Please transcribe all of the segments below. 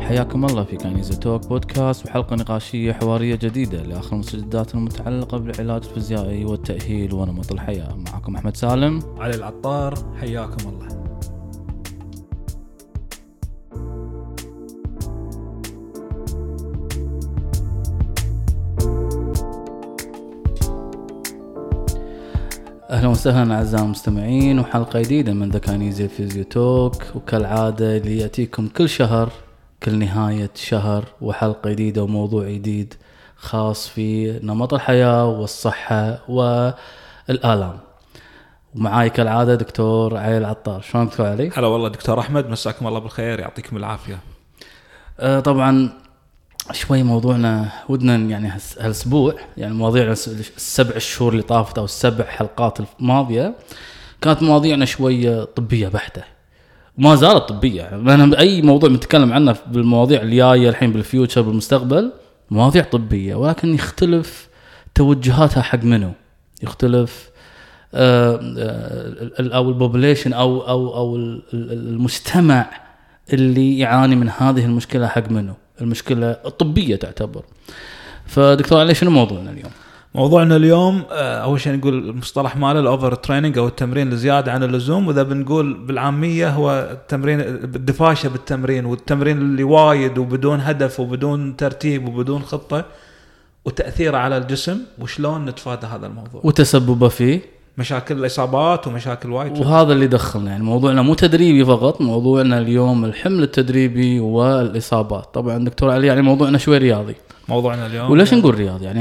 حياكم الله في كنيزة توك بودكاست وحلقة نقاشية حوارية جديدة لآخر المستجدات المتعلقة بالعلاج الفيزيائي والتأهيل ونمط الحياة. معكم أحمد سالم، علي العطار، حياكم الله. أهلا وسهلا أعزائي المستمعين وحلقة جديدة من ذا كنيزة فيزيو توك، وكالعادة اللي يأتيكم كل شهر كل نهاية شهر وحلقة جديدة وموضوع جديد خاص في نمط الحياة والصحة والآلام. ومعاي كالعادة دكتور علي العطار. شلون دكتور علي؟ هلا والله دكتور أحمد، مساكم الله بالخير، يعطيكم العافية. طبعا شوي موضوعنا ودنا يعني هالاسبوع، يعني مواضيعنا السبع الشهور اللي طافت او السبع حلقات الماضيه كانت مواضيعنا شويه طبيه بحته، وما زالت طبيه. يعني اي موضوع بنتكلم عنه بالمواضيع اللي جايه الحين بالفيوتشر بالمستقبل مواضيع طبيه، ولكن يختلف توجهاتها حق منه، يختلف او البوبوليشن او المجتمع اللي يعاني من هذه المشكله حق منه، المشكلة الطبية تعتبر. فدكتور علي شنو موضوعنا اليوم؟ موضوعنا اليوم أول شيء نقول المصطلح ماله الأوفر تريننج أو التمرين الزيادة عن اللزوم، وإذا بنقول بالعامية هو التمرين الدفاشة بالتمرين، والتمرين اللي وايد وبدون هدف وبدون ترتيب وبدون خطة، وتأثيره على الجسم وشلون نتفادى هذا الموضوع وتسببه فيه مشاكل الإصابات ومشاكل وايد. وهذا اللي دخلنا، يعني موضوعنا مو تدريبي فقط، موضوعنا اليوم الحمل التدريبي والإصابات. طبعا دكتور علي يعني موضوعنا شوي رياضي موضوعنا اليوم. وليش نقول رياضي؟ يعني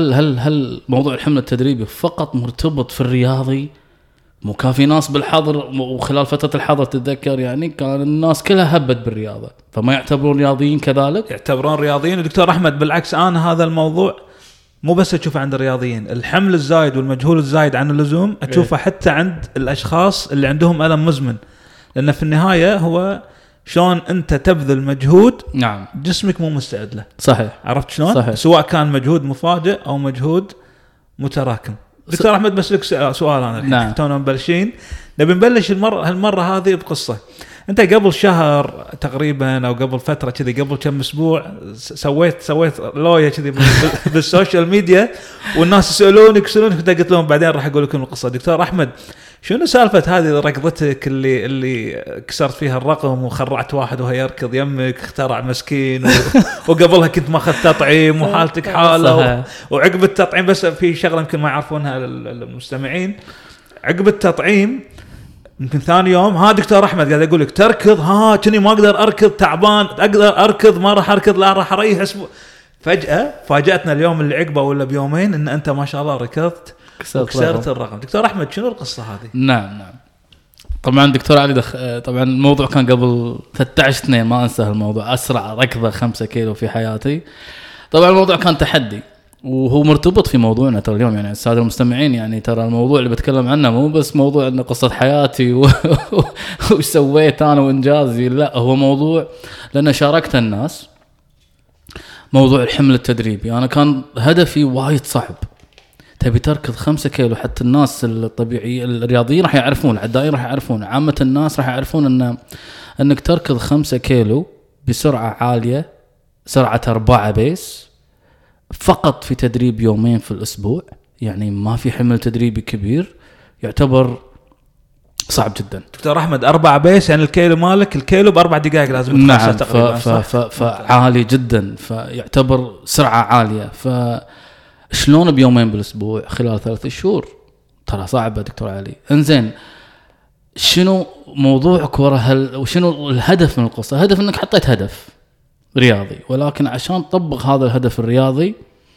هل موضوع الحمل التدريبي فقط مرتبط في الرياضي؟ مو كان في ناس بالحظر وخلال فترة الحظر تتذكر يعني كان الناس كلها هبت بالرياضة، فما يعتبرون رياضيين كذلك؟ يعتبرون رياضيين. دكتور أحمد بالعكس، أنا هذا الموضوع مو بس أشوفه عند الرياضيين، الحمل الزايد والمجهول الزايد عن اللزوم أشوفه حتى عند الأشخاص اللي عندهم ألم مزمن، لأن في النهاية هو شلون أنت تبذل مجهود نعم جسمك مو مستعد له. صحيح. عرفت شلون؟ صحيح. سواء كان مجهود مفاجئ أو مجهود متراكم. دكتور أحمد بس لك سؤال أنا الحين. نعم. تونا مبلشين، نبي نبلش هالمرة هذه بقصة. أنت قبل شهر تقريبا أو قبل فترة كذي، قبل كم أسبوع سويت لويا كذي بالسوشيال ميديا، والناس يسألونك أنت قلت لهم بعدين راح أقول لكم القصة. دكتور أحمد، شنو سالفة هذه ركضتك اللي كسرت فيها الرقم وخرعت واحد وهو يركض يمك، اخترع مسكين وقبلها كنت ماخذ تطعيم وحالتك حالة وعقب التطعيم، بس في شغلة يمكن ما يعرفونها المستمعين، عقب التطعيم يمكن ثاني يوم ها دكتور أحمد قاعد أقول لك تركض، كني ما أقدر أركض، تعبان، أقدر أركض ما راح أركض، لا راح أريح أسبوع. فجأة فاجأتنا اليوم اللي عقبه ولا بيومين إن أنت ما شاء الله ركضت وكسرت الرقم. دكتور أحمد شنو القصة هذه؟ نعم طبعا دكتور علي طبعا الموضوع كان قبل 13/2، ما أنسى الموضوع، أسرع ركضة 5 كيلو في حياتي. طبعا الموضوع كان تحدي وهو مرتبط في موضوعنا ترى اليوم، يعني السادة المستمعين، يعني ترى الموضوع اللي بتكلم عنه مو بس موضوع أن قصة حياتي وش سويت أنا وإنجازي، لا هو موضوع لأن شاركت الناس موضوع الحمل التدريبي. أنا كان هدفي وايد صعب، تبي تركض 5 كيلو، حتى الناس الطبيعي الرياضيين راح يعرفون، العدائين راح يعرفون، عامة الناس راح يعرفون أنك تركض 5 كيلو بسرعة عالية، سرعة 4 بيس فقط في تدريب يومين في الأسبوع، يعني ما في حمل تدريبي كبير، يعتبر صعب جدا. دكتور أحمد 4 بيس يعني الكيلو مالك، الكيلو ب4 دقائق لازم نعم تقريبا. فعالي جدا، فيعتبر سرعة عالية. فشلون بيومين بالأسبوع خلال 3 شهور؟ ترى صعبة دكتور علي. انزين شنو موضوعك وراء وشنو الهدف من القصة؟ هدف انك حطيت هدف رياضي، ولكن عشان تطبق هذا الهدف الرياضي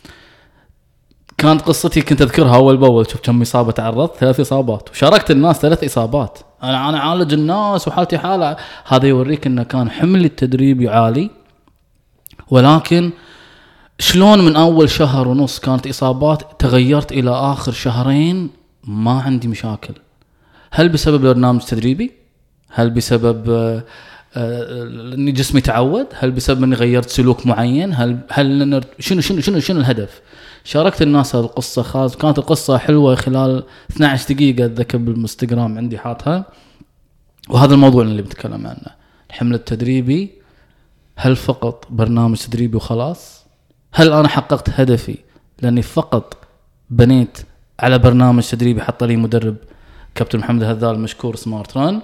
كانت قصتي كنت أذكرها أول بأول. شوف كم إصابة تعرضت، 3 إصابات، وشاركت الناس 3 إصابات. أنا عالج الناس وحالتي حالة. هذا يوريك إنه كان حمل التدريبي عالي، ولكن شلون من أول شهر ونص كانت إصابات، تغيرت إلى آخر شهرين ما عندي مشاكل. هل بسبب برنامج تدريبي؟ هل بسبب إني جسمي تعود؟ هل بسبب إني غيرت سلوك معين؟ هل شنو الهدف؟ شاركت الناس القصة خاص، كانت القصة حلوة خلال 12 دقيقة أتذكر بالإنستغرام عندي حاطها. وهذا الموضوع اللي بتكلم عنه، الحمل التدريبي هل فقط برنامج تدريبي وخلاص؟ هل أنا حققت هدفي لأني فقط بنيت على برنامج تدريبي حط لي مدرب كابتن محمد هذال المشكور سمارت ران؟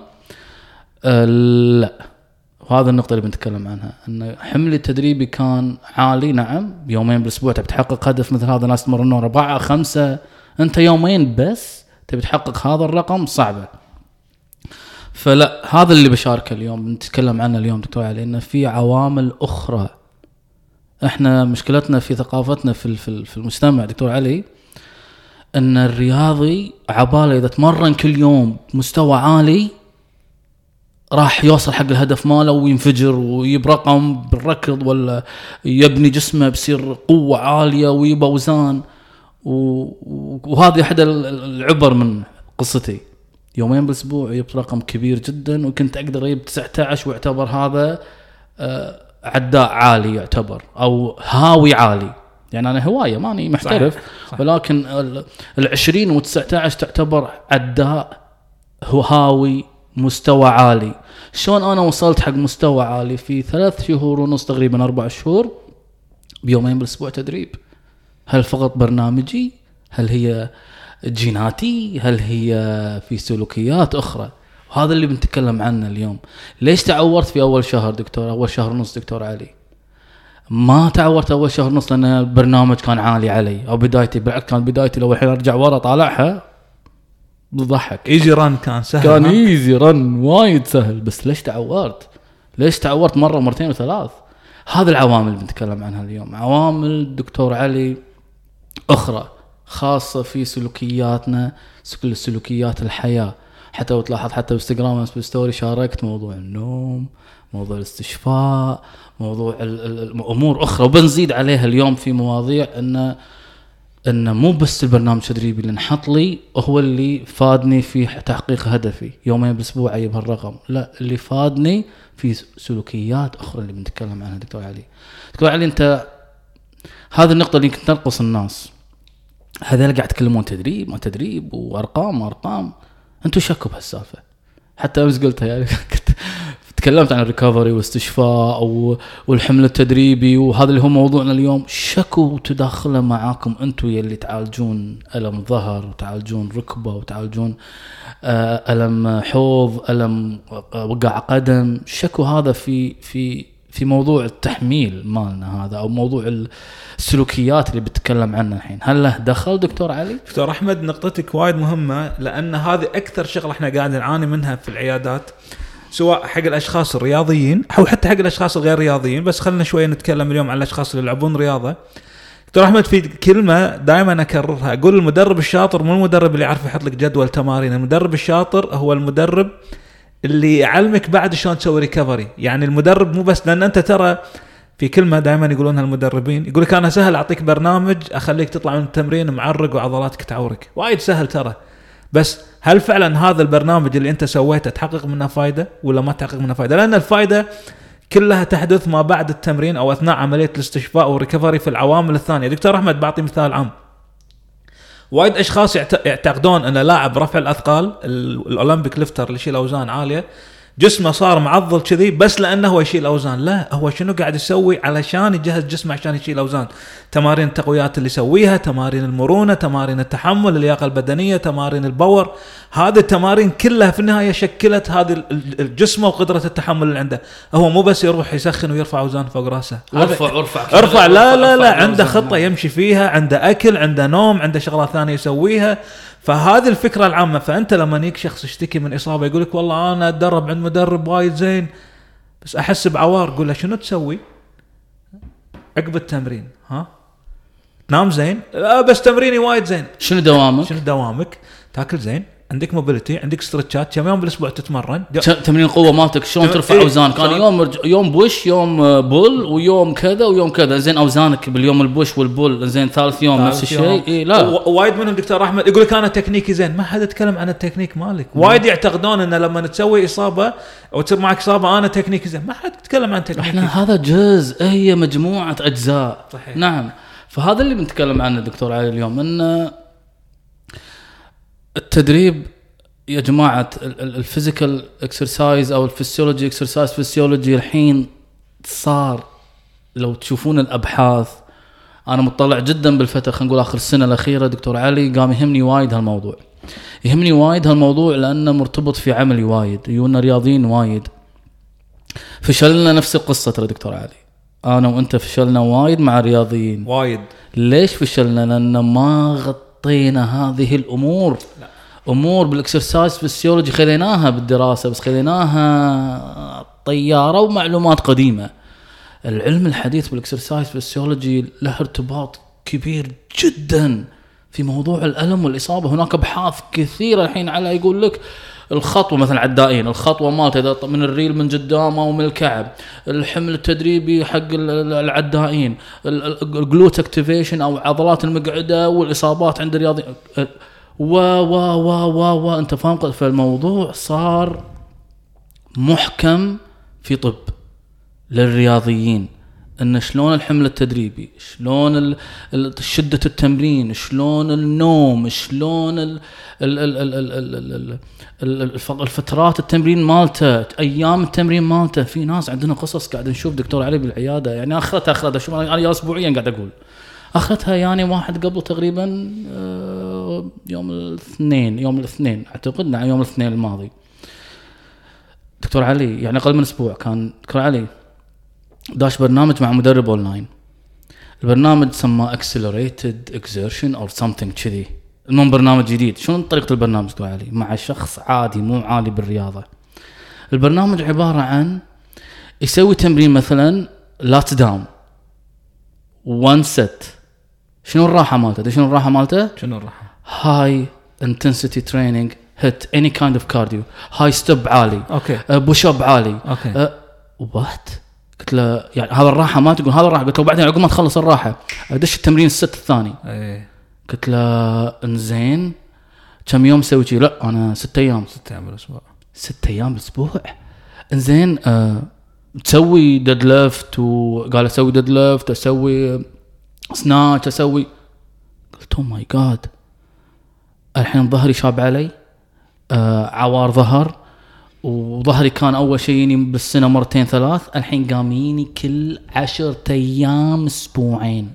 لا. وهذا النقطة اللي بنتكلم عنها، أن حملي التدريبي كان عالي. نعم، يومين بالأسبوع تبي تحقق هدف مثل هذا، ناس تمرنون 4 5، أنت يومين بس تبي تحقق هذا الرقم، صعبة. فلا، هذا اللي بشاركه اليوم بنتكلم عنه اليوم دكتور علي، إن في عوامل أخرى. إحنا مشكلتنا في ثقافتنا في المجتمع دكتور علي، أن الرياضي عباله إذا تمرن كل يوم مستوى عالي راح يوصل حق الهدف ماله وينفجر ويجيب رقم بالركض، ولا يبني جسمه بصير قوة عالية ويبقى أوزان. وهذه أحد العبر من قصتي. يومين بالأسبوع يجيب رقم كبير جدا، وكنت أقدر أجيب 19 واعتبر هذا عداء عالي يعتبر، أو هاوي عالي. يعني أنا هواية ماني محترف، صح. ولكن 20 و19 تعتبر عداء هاوي مستوى عالي. شلون أنا وصلت حق مستوى عالي في 3 شهور ونص تقريبا 4 شهور بيومين بالأسبوع تدريب؟ هل فقط برنامجي؟ هل هي جيناتي؟ هل هي في سلوكيات أخرى؟ وهذا اللي بنتكلم عنه اليوم. ليش تعورت في أول شهر دكتور، أول شهر ونص دكتور علي؟ ما تعورت أول شهر ونص لأن البرنامج كان عالي علي أو بدايتي. بالعكس كان بدايتي لو الحين أرجع ورا طالعها بضحك. ايزي ران كان سهل، كان ايزي ران وايد سهل. بس ليش تعورت؟ ليش تعورت مرة ومرتين وثلاث؟ هذه العوامل اللي بنتكلم عنها اليوم، عوامل دكتور علي أخرى خاصة في سلوكياتنا، كل سلوكيات الحياة. حتى وتلاحظ حتى بإنستغرام بالستوري شاركت موضوع النوم، موضوع الاستشفاء، موضوع الأمور أخرى، وبنزيد عليها اليوم في مواضيع إن مو بس البرنامج التدريبي اللي نحط لي هو اللي فادني في تحقيق هدفي يومين بالأسبوع أجيب هالرقم، لا، اللي فادني في سلوكيات أخرى اللي بنتكلم عنها دكتور علي. دكتور علي، أنت هذه النقطة اللي يمكن تنقص الناس، هذا اللي قاعد يتكلمون تدريب ما تدريب وأرقام، أنتوا شكوا بهالسالفة. حتى أمس قلتها، يعني تكلمت عن الريكفري واستشفاء والحمل التدريبي، وهذا اللي هو موضوعنا اليوم. شكوا تداخله معاكم أنتوا يلي تعالجون ألم ظهر وتعالجون ركبة وتعالجون ألم حوض، ألم وقع قدم. شكوا هذا في موضوع التحميل مالنا هذا، أو موضوع السلوكيات اللي بتكلم عنها الحين. هل له دخل دكتور علي؟ دكتور أحمد، نقطتك وايد مهمة، لأن هذه أكثر شغلة إحنا قاعد نعاني منها في العيادات، سواء حق الأشخاص الرياضيين أو حتى حق الأشخاص الغير رياضيين. بس خلنا شوية نتكلم اليوم عن الأشخاص اللي يلعبون رياضة. دكتور أحمد، في كلمة دائما أكررها، أقول المدرب الشاطر مو المدرب اللي يعرف يحط لك جدول تمارين. المدرب الشاطر هو المدرب اللي يعلمك بعد شلون تسوي ريكفري. يعني المدرب مو بس، لأن أنت ترى في كلمة دائما يقولونها المدربين، يقولك أنا سهل أعطيك برنامج أخليك تطلع من التمرين معرق وعضلاتك تعورك، وايد سهل ترى. بس هل فعلا هذا البرنامج اللي أنت سويته تحقق منه فايدة ولا ما تحقق منه فايدة؟ لأن الفايدة كلها تحدث ما بعد التمرين أو أثناء عملية الاستشفاء والريكفري في العوامل الثانية. دكتور أحمد، بعطي مثال عام. وايد أشخاص يعتقدون أن لاعب رفع الأثقال الأولمبيك ليفتر اللي يشيل أوزان عالية جسمه صار معضل كذي بس لأنه هو يشيل أوزان. لا، هو شنو قاعد يسوي علشان يجهز جسمه عشان يشيل أوزان؟ تمارين التقويات اللي يسويها، تمارين المرونة، تمارين التحمل، اللياقة البدنية، تمارين الباور. هذه التمارين كلها في النهاية شكلت هذه الجسم وقدرة التحمل اللي عنده. هو مو بس يروح يسخن ويرفع أوزان فوق رأسه، ارفع لا عنده خطة يمشي فيها، عنده أكل، عنده نوم، عنده شغلات ثانية يسويها. فهذه الفكرة العامة. فأنت لما يجيك شخص يشتكي من إصابة يقولك والله أنا أتدرب عند مدرب وايد زين بس أحس بعوار، قول له شنو تسوي عقب التمرين؟ تنام زين؟ لا بس تمريني وايد زين. شنو دوامك؟ تاكل زين، عندك موبيليتي، عندك ستريتشات، كم يوم بالاسبوع تتمرن؟ تمرين القوه مالتك شلون ترفع اوزان؟ كان يوم بوش، يوم بول، ويوم كذا ويوم كذا. زين اوزانك باليوم البوش والبول زين، ثالث يوم نفس الشيء. لا، وايد منهم دكتور احمد يقول لك انا تكنيكي زين. ما حد يتكلم عن التكنيك مالك. وايد يعتقدون ان لما تسوي اصابه او تصير معك اصابه انا تكنيكي زين. ما حد يتكلم عن تكنيك. احنا هذا جزء، هي مجموعه اجزاء. صحيح. نعم. فهذا اللي بنتكلم عنه دكتور علي اليوم، ان التدريب يا جماعة، الفيزيكال اكسرسايز او الفسيولوجي اكسرسايز فسيولوجي الحين صار لو تشوفون الابحاث، انا مطلع جدا بالفتره خلينا نقول اخر السنه الاخيره دكتور علي، قام يهمني وايد هالموضوع لانه مرتبط في عملي وايد، يونا رياضيين وايد فشلنا نفس القصه. ترى دكتور علي انا وانت فشلنا وايد مع رياضيين وايد. ليش فشلنا؟ لان ما غطينا هذه الامور. لا. امور بالاكسرسايز فيسيولوجي خليناها بالدراسه بس خليناها طياره ومعلومات قديمه. العلم الحديث بالاكسرسايز فيسيولوجي له ارتباط كبير جدا في موضوع الالم والاصابه. هناك ابحاث كثيره الحين على يقول لك الخطوه مثلا عدائين، الخطوه مالته اذا من الريل من قدام او من الكعب، الحمل التدريبي حق العدائين، الجلوت اكتيفيشن او عضلات المقعده والاصابات عند الرياضي و انت فاهم. فالموضوع صار محكم في طب للرياضيين، ان شلون الحمل التدريبي، شلون شدة التمرين، شلون النوم، شلون الفترات التمرين مالته، ايام التمرين مالته. في ناس عندنا قصص قاعد نشوف دكتور علي بالعياده، يعني اخرتها شوف انا اسبوعيا قاعد اقول اخرتها، يعني واحد قبل تقريبا يوم الاثنين اعتقد، نعم يوم الاثنين الماضي دكتور علي، يعني قبل من اسبوع كان دكتور علي داش برنامج مع مدرب اونلاين. البرنامج سماه Accelerated Exertion or something كذي، المهم برنامج جديد. شلون طريقة البرنامج دكتور علي؟ مع شخص عادي مو عالي بالرياضة. البرنامج عبارة عن يسوي تمرين مثلا لات داون 1 set. شنو الراحة مالته؟ high intensity training hit any kind of cardio, high step عالي، push up عالي. what؟ قلت له يعني هذا الراحه ما تقول هذا الراحه. قلت له بعدين عقب ما تخلص الراحه ادش التمرين الست الثاني. قلت له انزين كم يوم تسوي شيء؟ لا انا 6 ايام بالاسبوع. 6 ايام بالاسبوع انزين. تسوي ديد ليفت؟ وقال اسوي ديد ليفت، اسوي سناتش، اسوي. قلت او ماي جاد، الحين ظهري شاب علي، عوار ظهر، وظهري كان أول شيء بالسنة 2-3، الحين قاميني كل 10 أيام أسبوعين.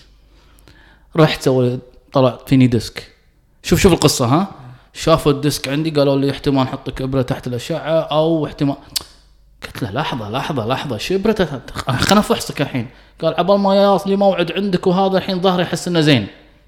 رحت طلع فيني ديسك. شوف القصة ها. شافوا الديسك عندي قالوا لي احتمال نحطك إبرة تحت الأشعة أو احتمال. قلت له لحظة شو إبرة؟ خلنا فحصك الحين. قال عبال ما ياصل لي موعد عندك وهذا الحين ظهري يحس إنه زين.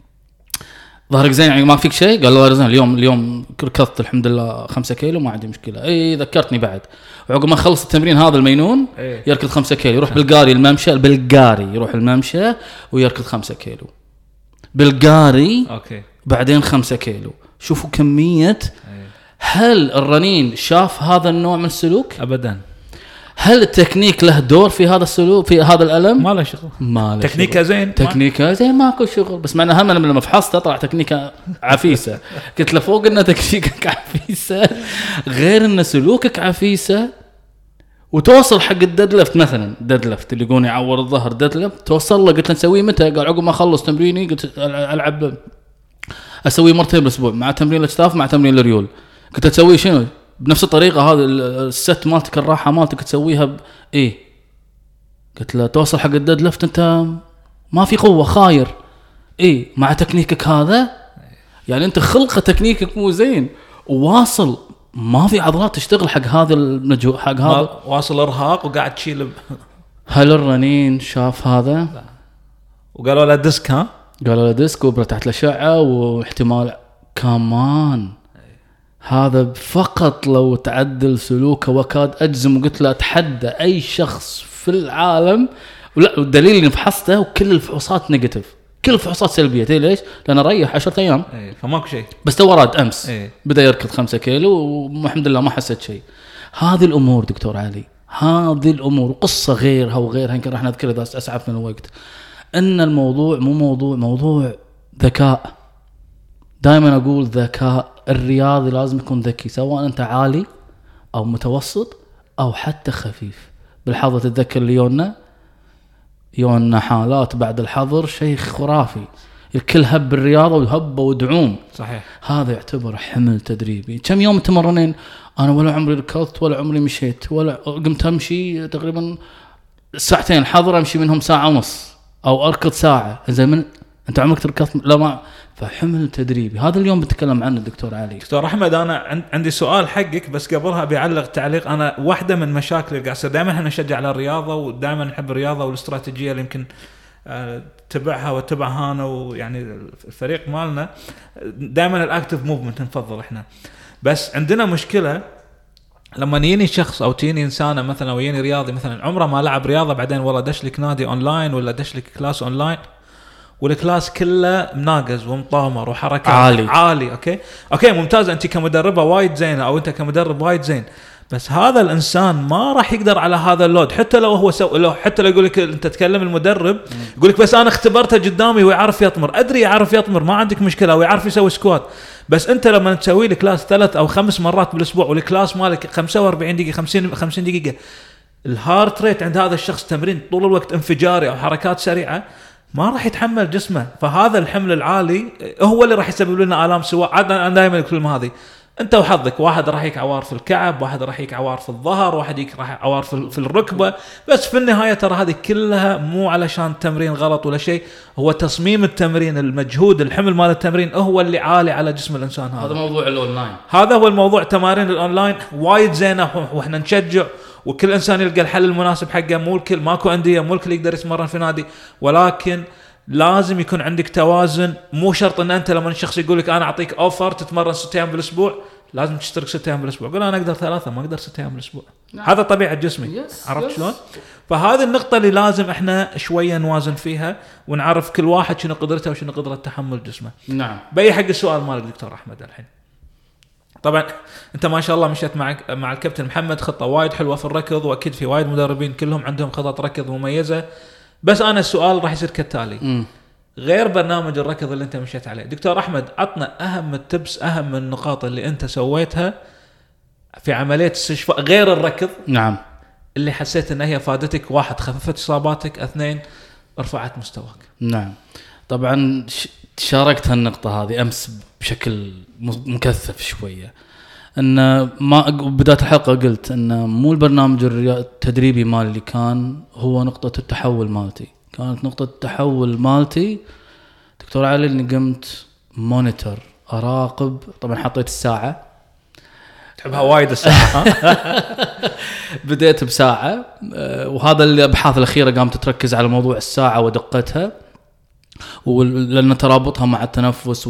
ظهرك زين يعني ما فيك شيء؟ قال له زين. اليوم ركضت الحمد لله 5 كيلو ما عندي مشكله. اي ذكرتني بعد. وعقب ما خلص التمرين هذا المينون يركض 5 كيلو، يروح بالقاري يروح الممشى ويركض 5 كيلو بالقاري. بعدين 5 كيلو. شوفوا كميه. هل الرنين شاف هذا النوع من السلوك؟ ابدا. هل التكنيك له دور في هذا السلوك، في هذا الألم؟ ما له شغل. تكنيكه زين ماكو شغل. بس معناها هم لما فحصت طلع تكنيكه عفيسه. قلت له فوق انه تكنيكك عفيسه غير ان سلوكك عفيسه. وتوصل حق الديدلفت مثلا، ديدلفت اللي يقولون يعور الظهر، ديدلفت توصل له. قلت له نسويه متى؟ قال عقب ما اخلص تمريني. قلت العب اسوي 2 مرات بالاسبوع، مع تمرين الاكتاف مع تمرين الريول. قلت تسوي شنو بنفس الطريقه هذا الست مالتك الراحه مالتك تسويها ايه؟ قلت له توصل حق الديد ليفت انت ما في قوه، خاير. ايه مع تكنيكك هذا يعني انت خلقه تكنيكك مو زين، وواصل ما في عضلات تشتغل حق هذا المجهود، حق هذا واصل ارهاق وقاعد تشيل. هل الرنين شاف هذا؟ لا. وقالوا له ديسك. قالوا له ديسك وبرة تحت الاشعه واحتمال كمان. هذا فقط لو تعدل سلوكه وكاد أجزم. وقلت له أتحدى أي شخص في العالم. ولا الدليل اللي فحصته وكل الفحوصات نيجاتيف، كل الفحوصات سلبية. ليش؟ لأنه ريح 10 أيام فماكو شيء. بس تو راد أمس بدأ يركض 5 كيلو والحمد لله ما حسيت شيء. هذه الأمور دكتور علي، هذه الأمور قصة غيرها وغيرها يمكن راح نذكرها إذا أسعف من الوقت. أن الموضوع مو موضوع ذكاء. دائما أقول ذكاء. الرياضي لازم يكون ذكي، سواء أنت عالي أو متوسط أو حتى خفيف. بالحظر تتذكر يونا حالات بعد الحظر شيء خرافي، الكل هب بالرياضة وهب ودعوم. صحيح. هذا يعتبر حمل تدريبي. كم يوم تمرنين؟ أنا ولا عمري ركضت ولا عمري مشيت ولا قمت أمشي تقريبا الساعتين الحاضره امشي منهم ساعه ونص او اركض ساعه. زين من انت عمرك تركض؟ لا ما. فحمل تدريبي هذا اليوم بتكلم عنه الدكتور علي. دكتور احمد انا عندي سؤال حقك بس قبلها بيعلق تعليق. انا واحده من مشاكل اللي قاعد تصير دائما احنا نشجع على الرياضه ودائما نحب الرياضه والاستراتيجيه اللي يمكن تبعها وتبعها انا ويعني الفريق مالنا دائما الاكتيف موفمنت نفضل احنا. بس عندنا مشكله لما يجيني شخص او تجيني انسانه مثلا او يجيني رياضي مثلا عمره ما لعب رياضه بعدين والله دش لك نادي اونلاين ولا دش لك كلاس اونلاين والكلاس كله مناقز ومطامر وحركات عالي اوكي ممتاز. انت كمدربه وايد زينه او انت كمدرب وايد زين بس هذا الانسان ما راح يقدر على هذا اللود. حتى لو هو حتى لو يقول لك انت تتكلم المدرب يقول لك بس انا اختبرته قدامي ويعرف يطمر. ادري يعرف يطمر ما عندك مشكله ويعرف يسوي سكوات. بس انت لما تسوي لك كلاس 3 أو 5 مرات بالاسبوع والكلاس مالك 45 دقيقه 50 دقيقه الهارت ريت عند هذا الشخص تمرين طول الوقت انفجاري او حركات سريعه ما راح يتحمل جسمه. فهذا الحمل العالي هو اللي راح يسبب لنا آلام. سواء انا دائما الكلمه هذه انت وحظك. واحد راح يك عوار في الكعب واحد راح يك عوار في الظهر واحد يك راح عوار في الركبه. بس في النهايه ترى هذه كلها مو علشان تمرين غلط ولا شيء. هو تصميم التمرين المجهود الحمل مال التمرين هو اللي عالي على جسم الانسان. هذا موضوع الاونلاين. هذا هو الموضوع. تمارين الاونلاين وايد زينه واحنا نشجع وكل انسان يلقى الحل المناسب حقه. مو الكل ماكو انديه مو الكل يقدر يتمرن في نادي ولكن لازم يكون عندك توازن. مو شرط ان انت لما الشخص يقول لك انا اعطيك اوفر تتمرن 6 ايام بالاسبوع لازم تشترك 6 ايام بالاسبوع. قول انا اقدر 3 ما اقدر 6 ايام بالاسبوع. نعم. هذا طبيعه جسمي. عرفت شلون؟ فهذه النقطه اللي لازم احنا شويه نوازن فيها ونعرف كل واحد شنو قدرته وشنو قدره تحمل جسمه. نعم. بي حق السؤال مالك دكتور احمد الحين. طبعا انت ما شاء الله مشيت مع الكابتن محمد خطه وايد حلوه في الركض واكيد في وايد مدربين كلهم عندهم خطط ركض مميزه. بس انا السؤال راح يصير كالتالي. غير برنامج الركض اللي انت مشيت عليه دكتور احمد عطنا اهم التبس اهم النقاط اللي انت سويتها في عمليه استشفاء غير الركض. نعم. اللي حسيت ان هي فادتك. 1 خففت اصاباتك 2 رفعت مستواك. نعم طبعا شاركت هالنقطه هذه امس بشكل مكثف شويه. ان ما بدايه الحلقه قلت ان مو البرنامج التدريبي مالي كان هو نقطه التحول مالتي. كانت نقطة التحول مالتي دكتور علي اني قمت مونيتور اراقب. طبعا حطيت الساعة تحبها وايد الساعة. بديت بساعة وهذا الابحاث الاخيرة قامت تركز على موضوع الساعة ودقتها ولأن ترابطها مع التنفس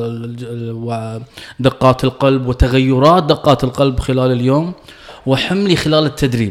ودقات القلب وتغيرات دقات القلب خلال اليوم وحملي خلال التدريب.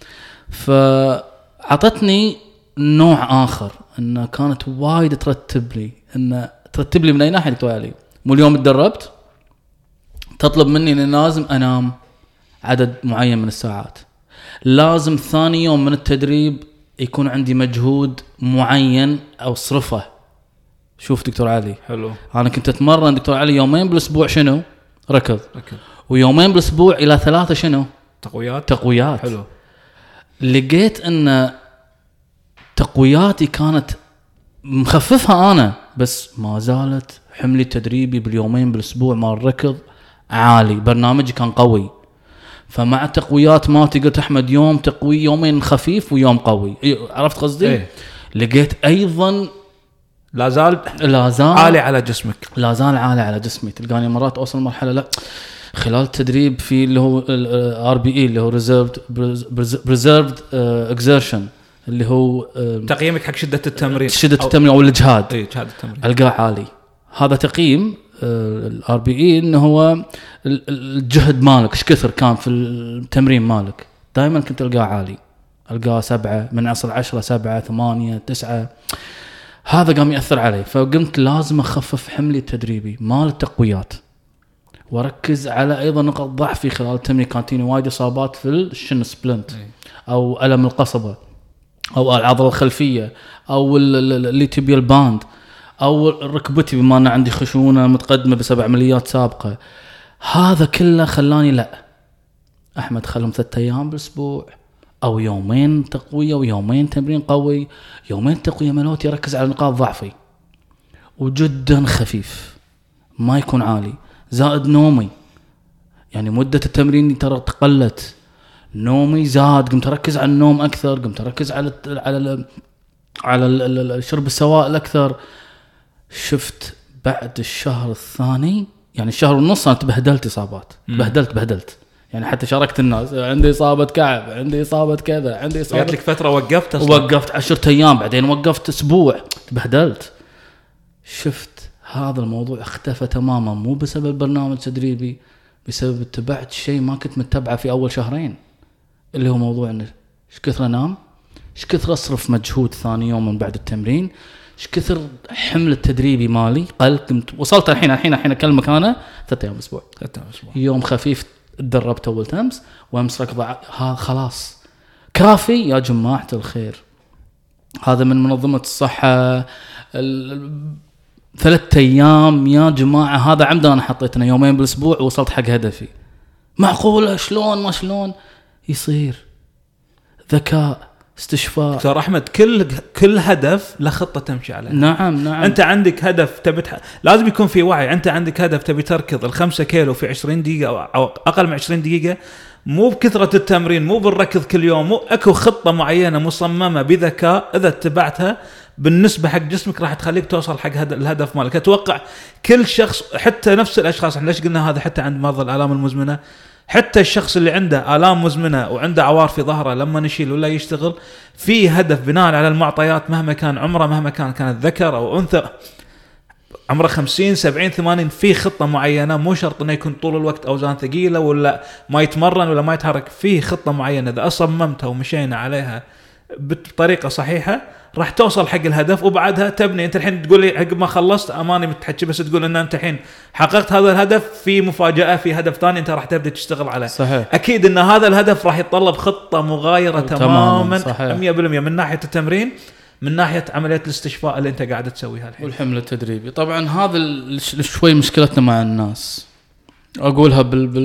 فعطتني نوع آخر أنه كانت وايد ترتب لي من أي ناحية دكتور علي. مو اليوم تدربت تطلب مني أن لازم أنام عدد معين من الساعات. لازم ثاني يوم من التدريب يكون عندي مجهود معين أو صرفه. شوف دكتور علي حلو. أنا كنت أتمرن دكتور علي يومين بالأسبوع شنو ركض ويومين بالأسبوع إلى 3 شنو تقويات. حلو. لقيت أن تقوياتي كانت مخففها أنا بس ما زالت حملي التدريبي باليومين بالأسبوع مع الركض عالي. برنامجي كان قوي. فمع التقويات ما قلت أحمد يوم تقوي يومين خفيف ويوم قوي. عرفت قصدي؟ إيه؟ لقيت أيضا لا زال عالي على جسمك. لا زال عالي على جسمي. تلقاني مرات أوصل مرحلة لا خلال التدريب في اللي هو RBE اللي هو Reserved Exertion اللي هو تقييمك حق شدة التمرين أو الإجهاد. إجهاد التمرين ألقاه عالي. هذا تقييم RBE إنه هو الجهد مالك إيش كثر كان في التمرين مالك. دائما كنت ألقاه عالي. ألقاه 7 من أصل 10 7 8 9. هذا قام يأثر علي. فقمت لازم أخفف حملي التدريبي مال التقويات وركز على أيضا نقاط ضعفي خلال التمرين. كانتيني وايد إصابات في الشن سبلنت أو ألم القصبة أو العضلة الخلفية أو الليتيبيال باند أو ركبتي بما أن عندي خشونة متقدمة ب7 عمليات سابقة. هذا كله خلاني لا أحمد خلهم 3 أيام بالأسبوع أو يومين تقوية ويومين تمرين قوي. يومين تقوية ملوتي يركز على نقاط ضعفي وجدا خفيف ما يكون عالي. زائد نومي يعني مدة التمرين ترى تقلت. نومي زاد، قمت اركز على النوم اكثر، قمت اركز على شرب السوائل اكثر. شفت بعد الشهر الثاني يعني الشهر ونص انا تبهدلت اصابات، بهدلت يعني حتى شاركت الناس عندي اصابه كعب، عندي اصابه كذا، عندي اصابه. جات لك فتره وقفت اصلا؟ وقفت 10 ايام، بعدين وقفت اسبوع، تبهدلت. شفت هذا الموضوع اختفى تماما، مو بسبب برنامج تدريبي، بسبب اتبعت شيء ما كنت متبعه في اول شهرين، اللي هو موضوع انه ايش كثر انام، ايش كثر اصرف مجهود ثاني يوم من بعد التمرين، ايش كثر حمل التدريبي مالي قل. كنت وصلت الحين اكلمك انا 3 ايام اسبوع، يوم خفيف تدربت اول امس وامس ركضه، هذا خلاص كافي يا جماعه الخير. هذا من منظمه الصحه 3 ايام يا جماعه، هذا عمدا انا حطيتنا 2 يوم بالاسبوع ووصلت حق هدفي. معقوله شلون ما شلون يصير؟ ذكاء، استشفاء. دكتور احمد كل هدف له خطه تمشي عليها. نعم انت عندك هدف تبي لازم يكون في وعي. انت عندك هدف تبي تركض 5 كيلو في 20 دقيقه او اقل من 20 دقيقه، مو بكثره التمرين، مو بالركض كل يوم، مو اكو خطه معينه مصممه بذكاء اذا اتبعتها بالنسبه حق جسمك راح تخليك توصل حق الهدف مالك. اتوقع كل شخص، حتى نفس الاشخاص، احنا ليش قلنا هذا حتى عند مرضى الالام المزمنه، حتى الشخص اللي عنده آلام مزمنة وعنده عوار في ظهره لما نشيل ولا يشتغل في هدف بناء على المعطيات مهما كان عمره، مهما كانت ذكر أو أنثى، عمره 50 70 80، في خطة معينة. مو شرط انه يكون طول الوقت أوزان ثقيلة ولا ما يتمرن ولا ما يتحرك، في خطة معينة إذا أصممتها ومشينا عليها بطريقة صحيحة راح توصل حق الهدف. وبعدها تبني. انت الحين تقول لي عقب ما خلصت اماني متحكي، بس تقول ان انت الحين حققت هذا الهدف، في مفاجأة، في هدف ثاني انت راح تبدأ تشتغل عليه. صحيح. اكيد ان هذا الهدف راح يتطلب خطة مغايرة تماما 100% من ناحية التمرين، من ناحية عملية الاستشفاء اللي انت قاعد تسويها الحين، والحمل التدريبي. طبعا هذا شوي مشكلتنا مع الناس، اقولها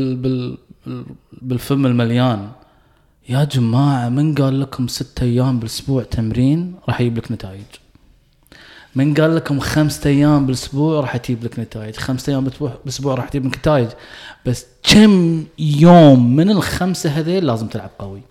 بالفم المليان. يا جماعة من قال لكم 6 أيام بالأسبوع تمرين راح يجيب لك نتائج؟ من قال لكم 5 أيام بالأسبوع راح تجيب لك نتائج؟ 5 أيام بالأسبوع راح تجيب لك نتائج، بس كم يوم من ال5 هذيل لازم تلعب قوي؟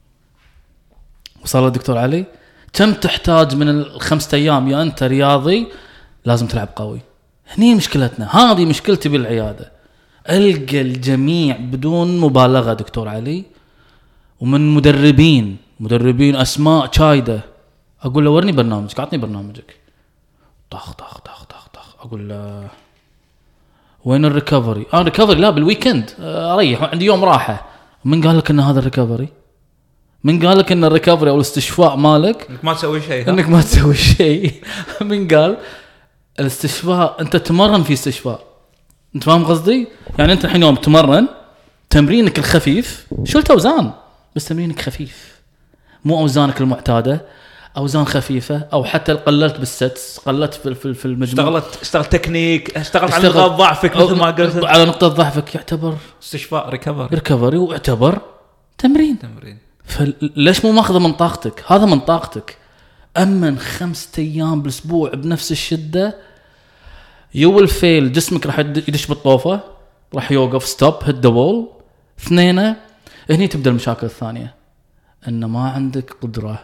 وصل الدكتور علي كم تحتاج من ال5 أيام يا أنت رياضي لازم تلعب قوي؟ هني مشكلتنا، هذه مشكلتي بالعيادة. ألقى الجميع بدون مبالغة دكتور علي، ومن مدربين أسماء شايدة، أقول له ورني برنامجك، أعطني برنامجك، طخ طخ طخ طخ طخ. أقول له وين الريكفري؟ ريكفري لا بالويكند أريح، عندي يوم راحة. من قال لك إن هذا الريكفري؟ من قال لك إن الريكفري أو الاستشفاء مالك إنك ما تسوي شيء؟ إنك ما تسوي شيء. من قال الاستشفاء أنت تمرن في استشفاء؟ أنت فاهم قصدي؟ يعني أنت الحين يوم تمرن تمرينك الخفيف، شلت أوزان بس تمرينك خفيف، مو أوزانك المعتادة، أوزان خفيفة، أو حتى قللت بالستس، قللت في المجموع، اشتغلت تكنيك، اشتغلت على نقاط ضعفك مثل ما قلت، على نقطة ضعفك يعتبر استشفاء ريكفري واعتبر تمرين. فليش مو ماخذه من طاقتك؟ هذا من طاقتك. أما 5 أيام بالأسبوع بنفس الشدة يو will fail، جسمك راح يدش بالطوفة، راح يوقف ستوب هيد ذا وول. 2 هني تبدأ المشاكل الثانية، أن ما عندك قدرة،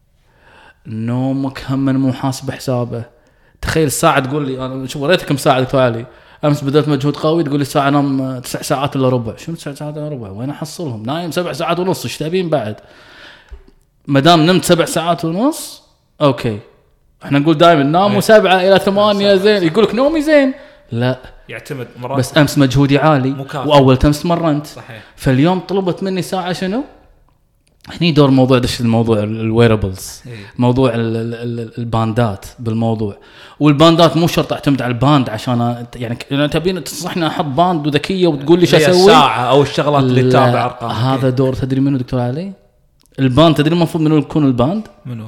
نومك هم مو حاسب حسابه. تخيل الساعة تقول لي أنا شوف وريتك كم ساعة دكتور علي، أمس بدأت مجهود قوي تقول لي الساعة نام 9 ساعات إلا ربع. شنو 9 ساعات إلا ربع؟ وين أحصلهم؟ نايم 7 ساعات ونص، إيش تبين بعد؟ مدام نمت 7 ساعات ونص أوكي، إحنا نقول دائما ناموا 7 إلى 8 زين، يقولك نومي زين، لا يعتمد مرات. بس أمس مجهودي عالي وأول تمس مرنت، صحيح. فاليوم طلبت مني ساعة. شنو هني دور موضوع دش الموضوع الويربلز، موضوع الباندات بالموضوع. والباندات مو شرط اعتمد على الباند عشان يعني تبين تنصحني احط باند وذكيه وتقول لي شو اسوي، الساعه او الشغلات اللي تتابع ارقام. هذا دور تدري منه دكتور علي؟ الباند تدري المفروض منو يكون الباند؟ منو؟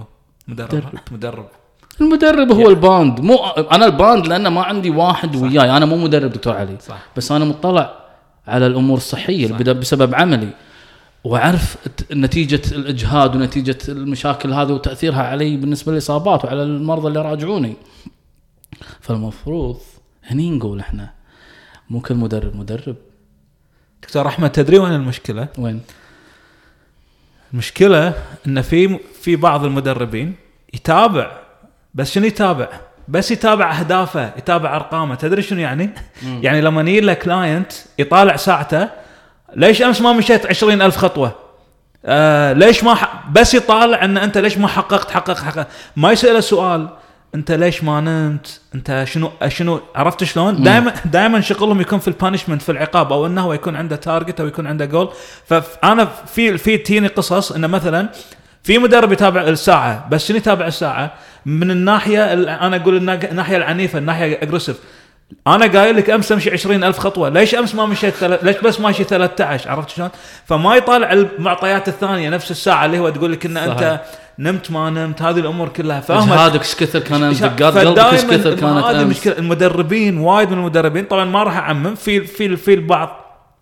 المدرب هو الباند. مو انا الباند لانه ما عندي واحد وياي، انا مو مدرب دكتور علي، صح. بس انا مطلع على الامور الصحيه اللي بدا بسبب عملي، وعرف نتيجه الاجهاد ونتيجه المشاكل هذه وتاثيرها علي بالنسبه للاصابات وعلى المرضى اللي راجعوني. فالمفروض هني نقول احنا مو كل مدرب. دكتور احمد تدري وين المشكله؟ وين؟ المشكله ان في بعض المدربين يتابع، بس شنو يتابع؟ بس يتابع اهدافه، يتابع ارقامه. تدري شنو يعني؟ يعني لما يجي لك كلاينت يطالع ساعته، ليش امس ما مشيت 20,000 خطوه؟ ليش ما بس يطالع ان انت ليش ما حققت، ما يسأله سؤال انت ليش ما نمت، انت شنو عرفت شلون؟ دائما شغلهم يكون في البانشمنت، في العقاب، او انه هو يكون عنده تارجت او يكون عنده جول. فانا في تيني قصص انه مثلا في مدرب يتابع الساعه، بس شنو يتابع الساعه من الناحيه انا اقول الناحيه العنيفه، الناحيه اجريسيف. انا قايل لك امس امشي 20,000 خطوه، ليش امس ما مشيت ليش بس ماشي 13؟ عرفت شلون؟ فما يطالع المعطيات الثانيه نفس الساعه اللي هو تقول لك ان انت نمت ما نمت، هذه الامور كلها فاهمك. اجهادك ايش كثر كان، دقات قلبك ايش كثر كانت. هذه مشكله المدربين، وايد من المدربين طبعا ما راح اعمم، في البعض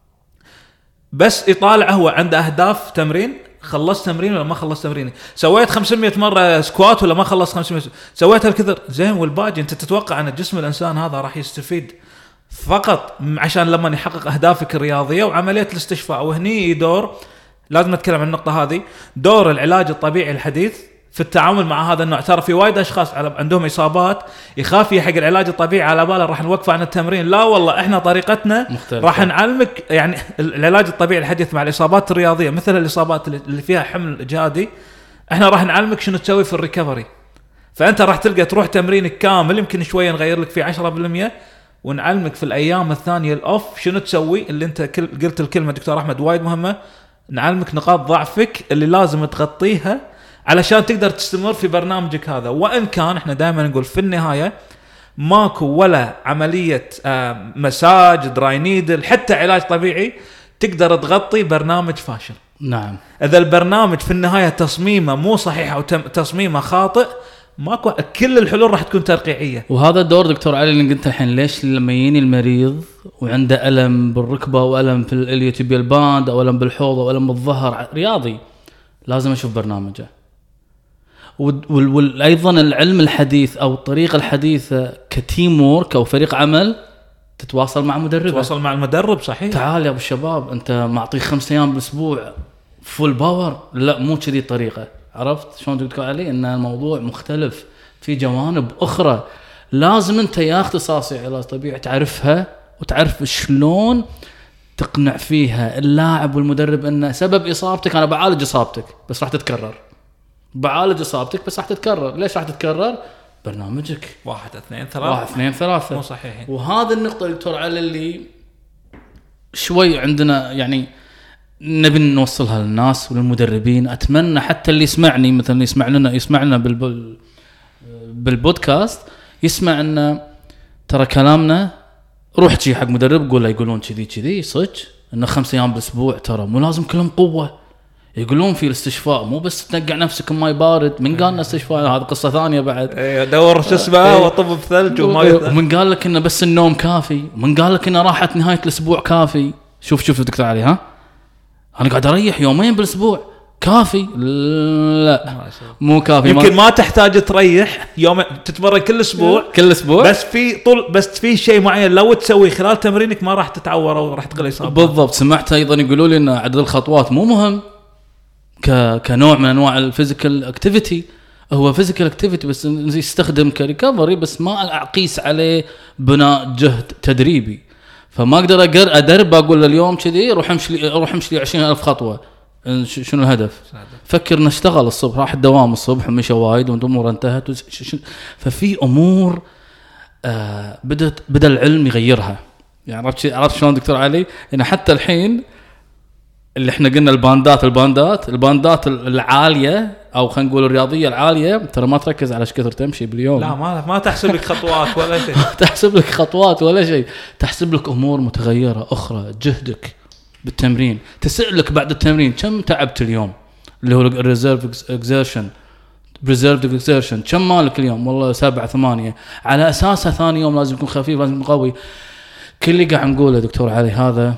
بس يطالع هو عنده اهداف تمرين، خلصت تمرين ولا ما خلصت تمرين، سويت 500 مره سكوات ولا ما خلصت 500، سويت هالكثر زين والباقي. انت تتوقع ان جسم الانسان هذا راح يستفيد فقط عشان لما يحقق اهدافك الرياضيه وعمليه الاستشفاء؟ وهني دور، لازم نتكلم عن النقطه هذه، دور العلاج الطبيعي الحديث في التعامل مع هذا النوع. ترى في وايد اشخاص عندهم اصابات يخاف يحق العلاج الطبيعي على باله راح نوقفه عن التمرين. لا والله احنا طريقتنا راح نعلمك. يعني العلاج الطبيعي الحديث مع الاصابات الرياضيه مثل الاصابات اللي فيها حمل اجهادي، احنا راح نعلمك شنو تسوي في الريكفري. فانت راح تلقى تروح تمرينك كامل، يمكن شويه نغير لك فيه 10%، ونعلمك في الايام الثانيه الاوف شنو تسوي. اللي انت قلت الكلمه دكتور احمد وايد مهمه، نعلمك نقاط ضعفك اللي لازم تغطيها علشان تقدر تستمر في برنامجك هذا. وإن كان إحنا دائما نقول في النهاية ماكو ولا عملية مساج، دراي نيدل، حتى علاج طبيعي تقدر تغطي برنامج فاشل. نعم. إذا البرنامج في النهاية تصميمه مو صحيح أو تصميمه خاطئ، ماكو، كل الحلول راح تكون ترقيعية. وهذا الدور دكتور علي اللي قلت الحين، ليش لما يجيني المريض وعنده ألم بالركبة وألم في الإليوتيبيال باند أو ألم بالحوض أو ألم بالظهر رياضي، لازم أشوف برنامجه. وايضا العلم الحديث او الطريقه الحديثه كتيم وورك او فريق عمل، تتواصل مع مدرب، تتواصل مع المدرب. صحيح. تعال يا ابو الشباب انت معطيك 5 ايام بالاسبوع فول باور، لا مو كذي الطريقه. عرفت شلون تقول علي ان الموضوع مختلف، في جوانب اخرى لازم انت يا اختصاصي علاج طبيعي تعرفها، وتعرف شلون تقنع فيها اللاعب والمدرب ان سبب اصابتك انا بعالج اصابتك بس راح تتكرر، بعالج اصابتك بس راح تتكرر. ليش راح تتكرر؟ برنامجك 1 2 3 1 2 3 مو صحيح. وهذا النقطه دكتور علي اللي شوي عندنا يعني نبي نوصلها للناس وللمدربين. اتمنى حتى اللي يسمعني مثلا يسمعنا بالبودكاست يسمع ان ترى كلامنا، روح تجي حق مدرب قول له يقولون كذي صدق انه 5 ايام بالاسبوع، ترى مو لازم كلهم قوه. يقولون في الاستشفاء مو بس تنقع نفسك بماء بارد، من قال لنا استشفاء؟ هذا قصه ثانيه بعد. دور شو اسمه وطب بثلج ومن قال لك انه بس النوم كافي، ومن قال لك انه راحه نهايه الاسبوع كافي. شوف دكتور علي، ها انا قاعد اريح 2 بالاسبوع كافي؟ لا مو كافي. يمكن ما تحتاج تريح يوم، تتمرن كل اسبوع بس في شيء معين لو تسوي خلال تمرينك ما راح تتعور او راح تقل اصابه. بالضبط. سمعت ايضا يقولوا لي ان عدد الخطوات مو مهم كنوع من انواع الفيزيكال اكتيفيتي، هو فيزيكال اكتيفيتي بس يستخدم كريكفري، بس ما اقيس عليه بناء جهد تدريبي. فما اقدر ادرب اقول اليوم كذي روح امشي 20,000 خطوه. شنو الهدف؟ فكر نشتغل الصبح، راح الدوام الصبح ومشى وايد والامور انتهت. ففي امور بدا العلم يغيرها. يعني عرفت شلون دكتور علي؟ ان حتى الحين اللي احنا قلنا الباندات العاليه او خلينا نقول الرياضيه العاليه، ترى ما تركز على ايش كثر تمشي باليوم. لا ما تحسب لك خطوات ولا شيء. تحسب لك خطوات ولا شيء، تحسب لك امور متغيره اخرى. جهدك بالتمرين، تسألك بعد التمرين كم تعبت اليوم، اللي هو الريزيرف اكزيرشن كم مالك اليوم؟ والله 7 8. على اساسها ثاني يوم لازم يكون خفيف، لازم يكون قوي. كل اللي قاعد نقوله دكتور علي هذا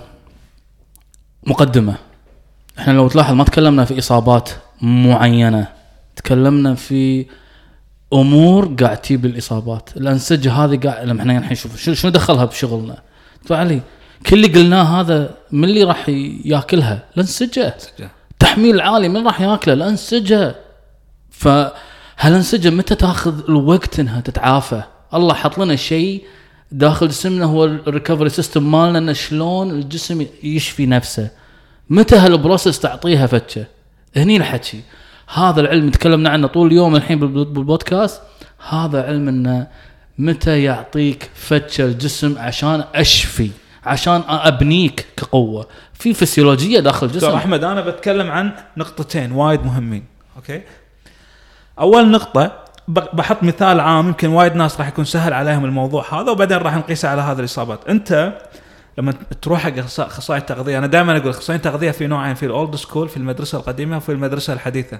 مقدمة. احنا لو تلاحظ ما تكلمنا في إصابات معينة، تكلمنا في أمور قاعد تجيب الإصابات. الأنسجة هذه قاعد لما احنا نشوف شنو دخلها بشغلنا. دكتور علي كل اللي قلناه هذا من اللي راح ياكلها؟ الأنسجة، التحميل العالي من راح ياكله؟ الانسجه. فهالانسجه متى تاخذ الوقت انها تتعافى؟ الله حط لنا شيء داخل جسمنا هو الريكفري سيستم مالنا، ان شلون الجسم يشفي نفسه. متى هالبروسس تعطيها فتشه؟ هني الحكي هذا العلم تكلمنا عنه طول اليوم الحين بالبودكاست. هذا علم انه متى يعطيك فتشه الجسم عشان اشفي، عشان ابنيك كقوه في فسيولوجيه داخل الجسم. دكتور احمد انا بتكلم عن نقطتين وايد مهمين. اوكي، اول نقطه بحط مثال عام يمكن وايد ناس راح يكون سهل عليهم الموضوع هذا، وبعدين راح نقيسه على هذه الاصابات. انت لما تروح حق اخصائي التغذيه، انا دائما اقول اخصائي التغذيه في نوعين، في الاولد سكول في المدرسه القديمه وفي المدرسه الحديثه.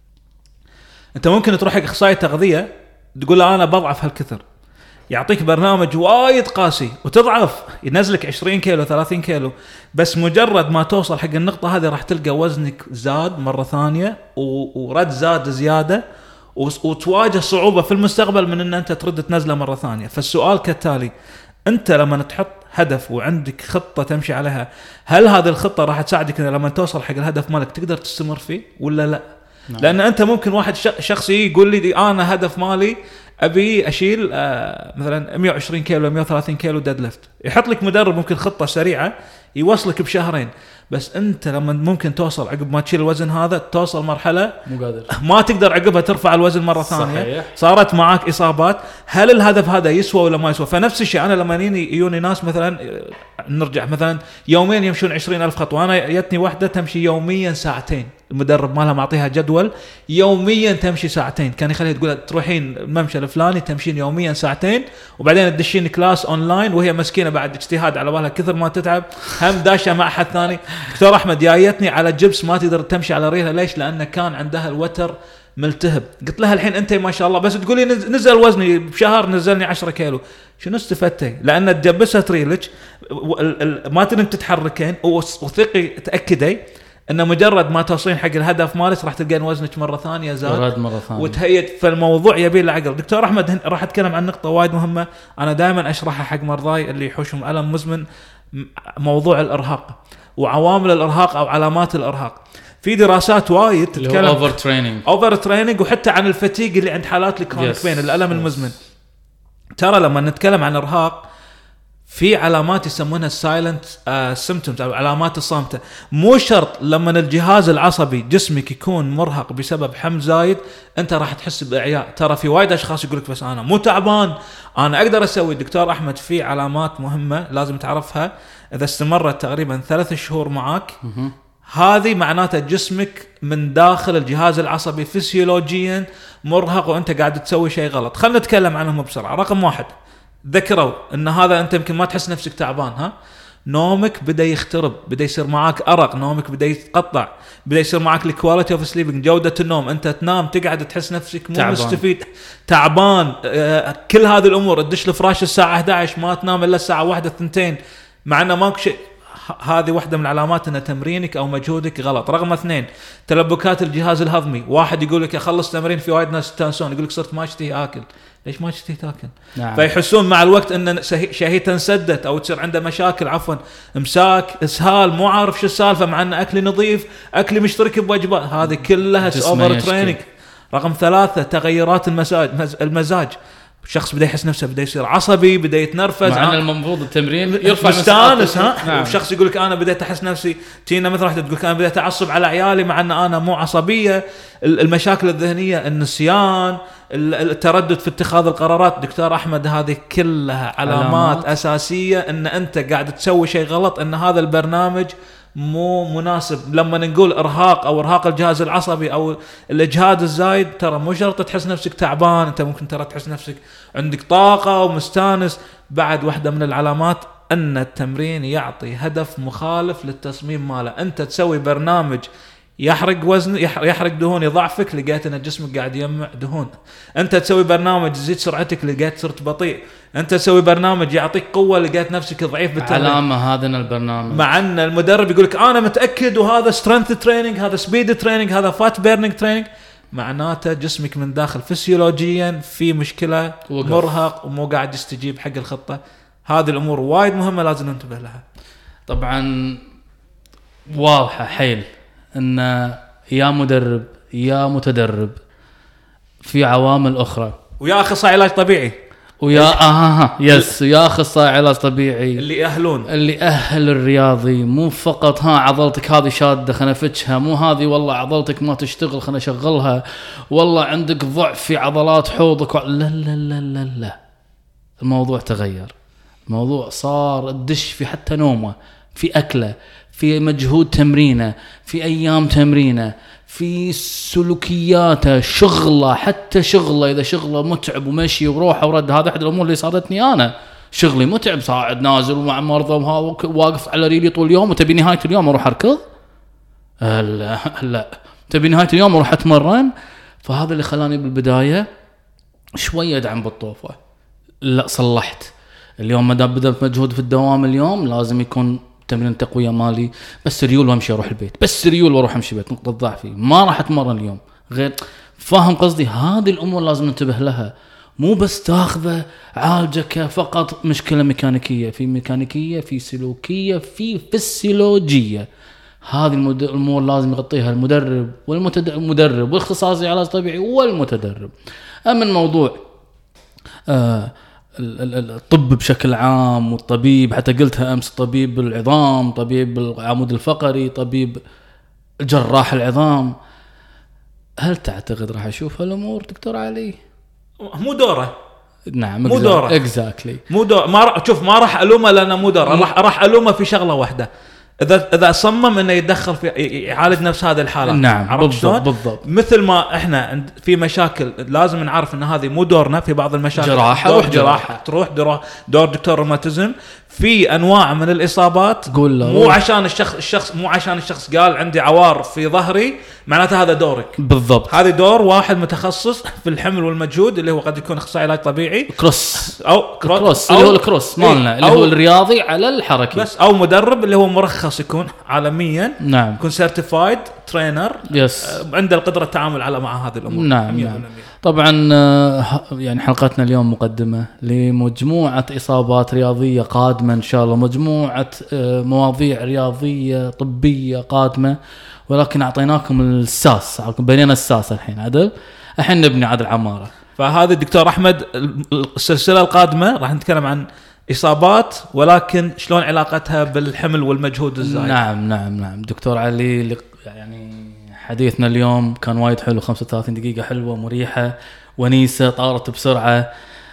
انت ممكن تروح حق اخصائي التغذيه تقول له انا بضعف هالكثر، يعطيك برنامج وايد قاسي وتضعف، ينزلك 20 كيلو 30 كيلو، بس مجرد ما توصل حق النقطه هذه راح تلقى وزنك زاد مره ثانيه ورد زاد زياده، وتواجه صعوبه في المستقبل من ان انت ترد تنزله مره ثانيه. فالسؤال كالتالي، انت لما تحط هدف وعندك خطه تمشي عليها، هل هذه الخطه راح تساعدك لما توصل حق الهدف مالك تقدر تستمر فيه ولا لا؟ نعم. لان انت ممكن واحد شخصي يقول لي انا هدف مالي ابي اشيل مثلا 120 كيلو 130 كيلو ديد ليفت، يحط لك مدرب ممكن خطه سريعه يوصلك بشهرين، بس انت لما ممكن توصل عقب ما تشيل الوزن هذا توصل مرحله مو قادر، ما تقدر عقبها ترفع الوزن مره ثانيه. صحيح. صارت معك اصابات، هل الهدف هذا يسوى ولا ما يسوى؟ فنفس الشيء انا لما يجوني ناس مثلا نرجع مثلا يومين يمشون 20,000 خطوه، انا جتني واحده تمشي يوميا ساعتين، المدرب مالها معطيها جدول يوميا تمشي ساعتين، كان يخليها تقول تروحين الممشى الفلاني تمشين يوميا ساعتين وبعدين تدشين كلاس اونلاين، وهي مسكينه بعد اجتهاد على بالها كثر ما تتعب هم داشه مع احد ثاني. دكتور احمد جايتني على جبس ما تقدر تمشي على ريلها، ليش؟ لانه كان عندها الوتر ملتهب. قلت لها الحين انت ما شاء الله بس تقولي نزل وزني بشهر نزلني 10 كيلو، شنو استفدتي؟ لان تجبست ريلك ما تقدرين تتحركين، وثقي تاكدي ان مجرد ما توصلين حق الهدف مالك راح تلقين وزنك مره ثانيه زاد وتهيئ. فالموضوع يبي له عقل. دكتور احمد راح اتكلم عن نقطه وايد مهمه انا دائما اشرحها حق مرضاي اللي يحوشهم الم مزمن، موضوع الارهاق وعوامل الارهاق او علامات الارهاق. في دراسات وايد تتكلم اوفر تريننج وحتى عن الفتيق اللي عند حالات الكرونيك بين الالم المزمن. ترى لما نتكلم عن ارهاق في علامات يسمونها السايلنت سيمبتومز او علامات الصامته. مو شرط لما الجهاز العصبي جسمك يكون مرهق بسبب حمل زايد انت راح تحس باعياء. ترى في وايد اشخاص يقولك بس انا مو تعبان انا اقدر اسوي. دكتور احمد في علامات مهمه لازم تعرفها، اذا استمرت تقريبا 3 شهور معك هذه معناته جسمك من داخل الجهاز العصبي فسيولوجيا مرهق وانت قاعد تسوي شيء غلط. خلينا نتكلم عنهم بسرعه. رقم 1 ذكروا ان هذا انت يمكن ما تحس نفسك تعبان، نومك بدا يخترب، بدا يصير معاك ارق، نومك بدا يتقطع، بدا يصير معاك الكواليتي اوف سليبنج، جوده النوم، انت تنام تقعد تحس نفسك مو مستفيد تعبان. كل هذه الامور تدش الفراش الساعه 11 ما تنام الا الساعه 1 2 مع انه ماكو شيء. هذه واحدة من علامات ان تمرينك او مجهودك غلط. رقم 2 تلبكات الجهاز الهضمي. واحد يقول لك اخلص تمرين، في وايد ناس تنسون يقول لك صرت ما اشتهي اكل. ليش ما تشتهي تاكل؟ نعم. فيحسون مع الوقت ان شهيته انسدت او تصير عنده مشاكل، عفوا امساك، اسهال، مو عارف شو السالفه مع ان اكلي نظيف، اكلي مشترك بوجبات. هذه كلها اوفر تريننج. رقم 3 تغيرات المزاج. الشخص بدا يحس نفسه بدا يصير عصبي، بدا يتنرفز مع ان المفروض التمرين يرفع مستانس. نعم. والشخص يقول لك انا بديت احس نفسي تينا مثلا تقول لك انا بديت اعصب على عيالي مع ان انا مو عصبيه. المشاكل الذهنيه، النسيان، التردد في اتخاذ القرارات. دكتور احمد هذه كلها علامات اساسيه ان انت قاعد تسوي شيء غلط، ان هذا البرنامج مو مناسب. لما نقول ارهاق او ارهاق الجهاز العصبي او الاجهاد الزايد، ترى مو شرط تحس نفسك تعبان، انت ممكن ترى تحس نفسك عندك طاقه ومستانس. بعد واحده من العلامات ان التمرين يعطي هدف مخالف للتصميم ماله. انت تسوي برنامج يحرق وزن، يحرق دهون، يضعفك، لقيت ان جسمك قاعد يجمع دهون. انت تسوي برنامج يزيد سرعتك، لقيت صرت بطيء. انت تسوي برنامج يعطيك قوه، لقيت نفسك ضعيف بالتمرين. علامه هذا البرنامج، مع ان المدرب يقولك انا متاكد وهذا سترينث تريننج، هذا سبيد تريننج، هذا فات بيرنينج تريننج، معناته جسمك من داخل فسيولوجيا في مشكله، مرهق ومو قاعد يستجيب حق الخطه. هذه الامور وايد مهمه لازم ننتبه لها. طبعا واضحه حيل ان يا مدرب يا متدرب في عوامل اخرى، ويا اخصائي علاج طبيعي، ويا يس يا اخصائي علاج طبيعي اللي يأهلون، اللي أهل الرياضي. مو فقط عضلتك هذه شادة خلنا نفتشها، مو هذه والله عضلتك ما تشتغل خلنا نشغلها، والله عندك ضعف في عضلات حوضك لا لا لا لا لا. الموضوع تغير، الموضوع صار الدش في حتى نومه، في أكله، في مجهود تمرينه، في أيام تمرينه، في سلوكياته، شغله، حتى شغله إذا شغله متعب ومشي وروحه ورد. هذا أحد الأمور اللي صارتني أنا، شغلي متعب، صاعد نازل ومع مرضى واقف على ريلي طول اليوم، وتبي نهاية اليوم أروح أركض؟ لا تبي نهاية اليوم أروح أتمرن. فهذا اللي خلاني بالبداية شوية أدعم بالطوفة. لا صلحت اليوم ما دام بدأت مجهود في الدوام اليوم لازم يكون تمرين تقوية مالي، بس ريول وامشي اروح البيت، بس ريول واروح امشي البيت. نقطة ضعفي ما راح اتمرن اليوم غير. فاهم قصدي؟ هذه الامور لازم ننتبه لها، مو بس تاخذه عالجك فقط مشكلة ميكانيكية، في ميكانيكية، في سلوكية، في فسيولوجية. هذه الامور لازم يغطيها المدرب والمدرب والاختصاصي علاج طبيعي والمتدرب. اما الموضوع الطب بشكل عام والطبيب، حتى قلتها أمس، طبيب العظام، طبيب العمود الفقري، طبيب جراح العظام، هل تعتقد راح أشوف هالأمور دكتور علي؟ مو دوره. نعم مو دوره اكزاكتلي. مو دوره. ما راح ألومه لأنه مو دوره. راح ألومه في شغلة واحدة، إذا صمم إنه يتدخل في يعالج نفس هذه الحالات. نعم بالضبط. مثل ما إحنا في مشاكل لازم نعرف إن هذه مو دورنا. في بعض المشاكل جراحة تروح دور دكتور روماتيزم. في أنواع من الإصابات مو عشان الشخص قال عندي عوار في ظهري معناته هذا دورك. بالضبط. هذا دور واحد متخصص في الحمل والمجهود اللي هو قد يكون أخصائي علاج طبيعي، كروس اللي هو الكروس مالنا، اللي هو الرياضي على الحركي بس، أو مدرب اللي هو مرخص يكون عالميا. نعم. يكون سيرتيفايد ترينر، عنده القدرة التعامل مع هذه الأمور. نعم. طبعا يعني حلقتنا اليوم مقدمة لمجموعة إصابات رياضية قادمة إن شاء الله، مجموعة مواضيع رياضية طبية قادمة، ولكن أعطيناكم الساس، بنينا الساس الحين نبني عاد العمارة. فهذا الدكتور أحمد السلسلة القادمة راح نتكلم عن إصابات، ولكن شلون علاقتها بالحمل والمجهود الزايد. نعم دكتور علي، يعني حديثنا اليوم كان وايد حلو، 35 دقيقة حلوة مريحة ونيسة، طارت بسرعة،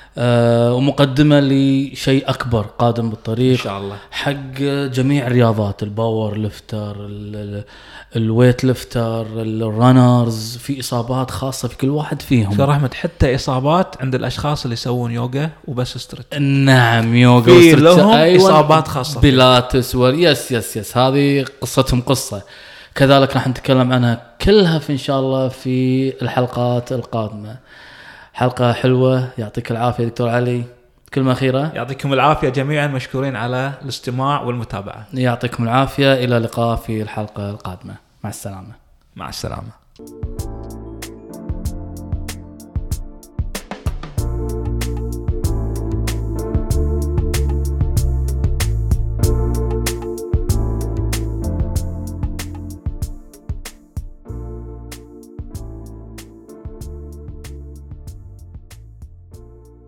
ومقدمة لشيء أكبر قادم بالطريق إن شاء الله حق جميع الرياضات، الباور ليفتر، الويت ليفتر، الرانرز. في إصابات خاصة في كل واحد فيهم. دكتور أحمد، حتى إصابات عند الأشخاص اللي يسوون يوغا وبس ستريتش. نعم، يوغا وستريتش لهم إصابات خاصة، بيلاتس يس هذه قصتهم قصة، كذلك راح نتكلم عنها كلها إن شاء الله في الحلقات القادمة. حلقة حلوة، يعطيك العافية دكتور علي. كلمة أخيرة. يعطيكم العافية جميعا، مشكورين على الاستماع والمتابعة. يعطيكم العافية، إلى اللقاء في الحلقة القادمة. مع السلامة. مع السلامة.